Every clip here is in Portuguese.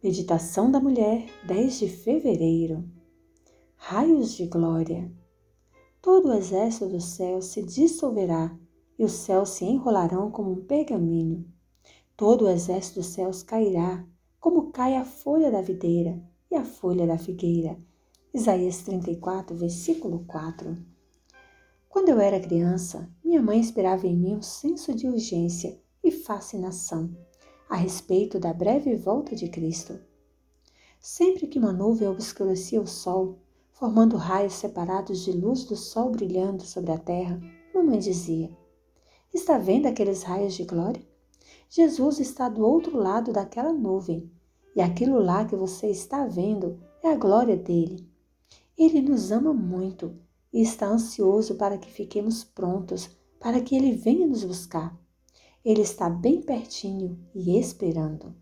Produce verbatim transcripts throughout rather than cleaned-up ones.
Meditação da Mulher, dez de fevereiro. Raios de glória. Todo o exército do céu se dissolverá e os céus se enrolarão como um pergaminho. Todo o exército dos céus cairá, como cai a folha da videira e a folha da figueira. Isaías trinta e quatro, versículo quatro. Quando eu era criança, minha mãe inspirava em mim um senso de urgência e fascinação a respeito da breve volta de Cristo. Sempre que uma nuvem obscurecia o sol, formando raios separados de luz do sol brilhando sobre a terra, mamãe dizia: "Está vendo aqueles raios de glória? Jesus está do outro lado daquela nuvem, e aquilo lá que você está vendo é a glória dele. Ele nos ama muito e está ansioso para que fiquemos prontos, para que ele venha nos buscar. Ele está bem pertinho e esperando."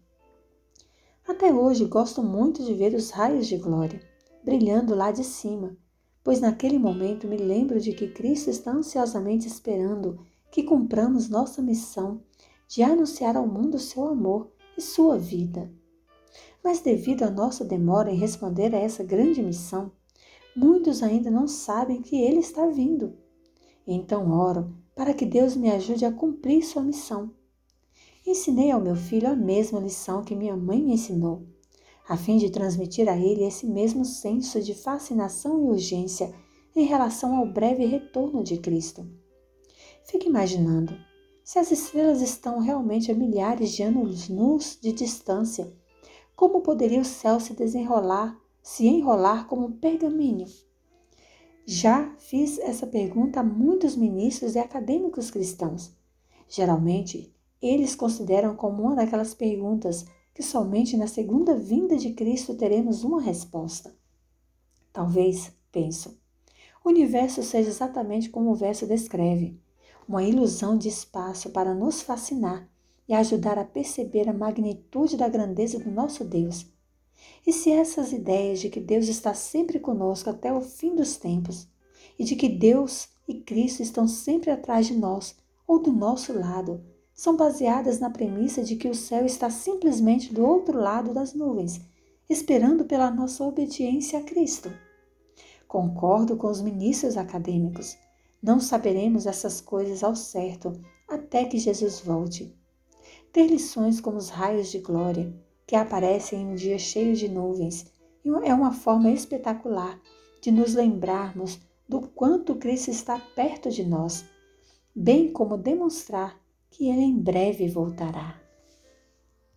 Até hoje gosto muito de ver os raios de glória, brilhando lá de cima, pois naquele momento me lembro de que Cristo está ansiosamente esperando que cumpramos nossa missão de anunciar ao mundo seu amor e sua vida. Mas devido à nossa demora em responder a essa grande missão, muitos ainda não sabem que Ele está vindo. Então oro para que Deus me ajude a cumprir sua missão. Ensinei ao meu filho a mesma lição que minha mãe me ensinou, a fim de transmitir a ele esse mesmo senso de fascinação e urgência em relação ao breve retorno de Cristo. Fique imaginando, se as estrelas estão realmente a milhares de anos-luz de distância, como poderia o céu se desenrolar, se enrolar como um pergaminho? Já fiz essa pergunta a muitos ministros e acadêmicos cristãos. Geralmente, eles consideram como uma daquelas perguntas que somente na segunda vinda de Cristo teremos uma resposta. Talvez, penso, o universo seja exatamente como o verso descreve, uma ilusão de espaço para nos fascinar e ajudar a perceber a magnitude da grandeza do nosso Deus. E se essas ideias de que Deus está sempre conosco até o fim dos tempos, e de que Deus e Cristo estão sempre atrás de nós ou do nosso lado, são baseadas na premissa de que o céu está simplesmente do outro lado das nuvens, esperando pela nossa obediência a Cristo? Concordo com os ministros acadêmicos. Não saberemos essas coisas ao certo até que Jesus volte. Ter lições como os raios de glória, que aparecem em um dia cheio de nuvens, é uma forma espetacular de nos lembrarmos do quanto Cristo está perto de nós, bem como demonstrar que Ele em breve voltará.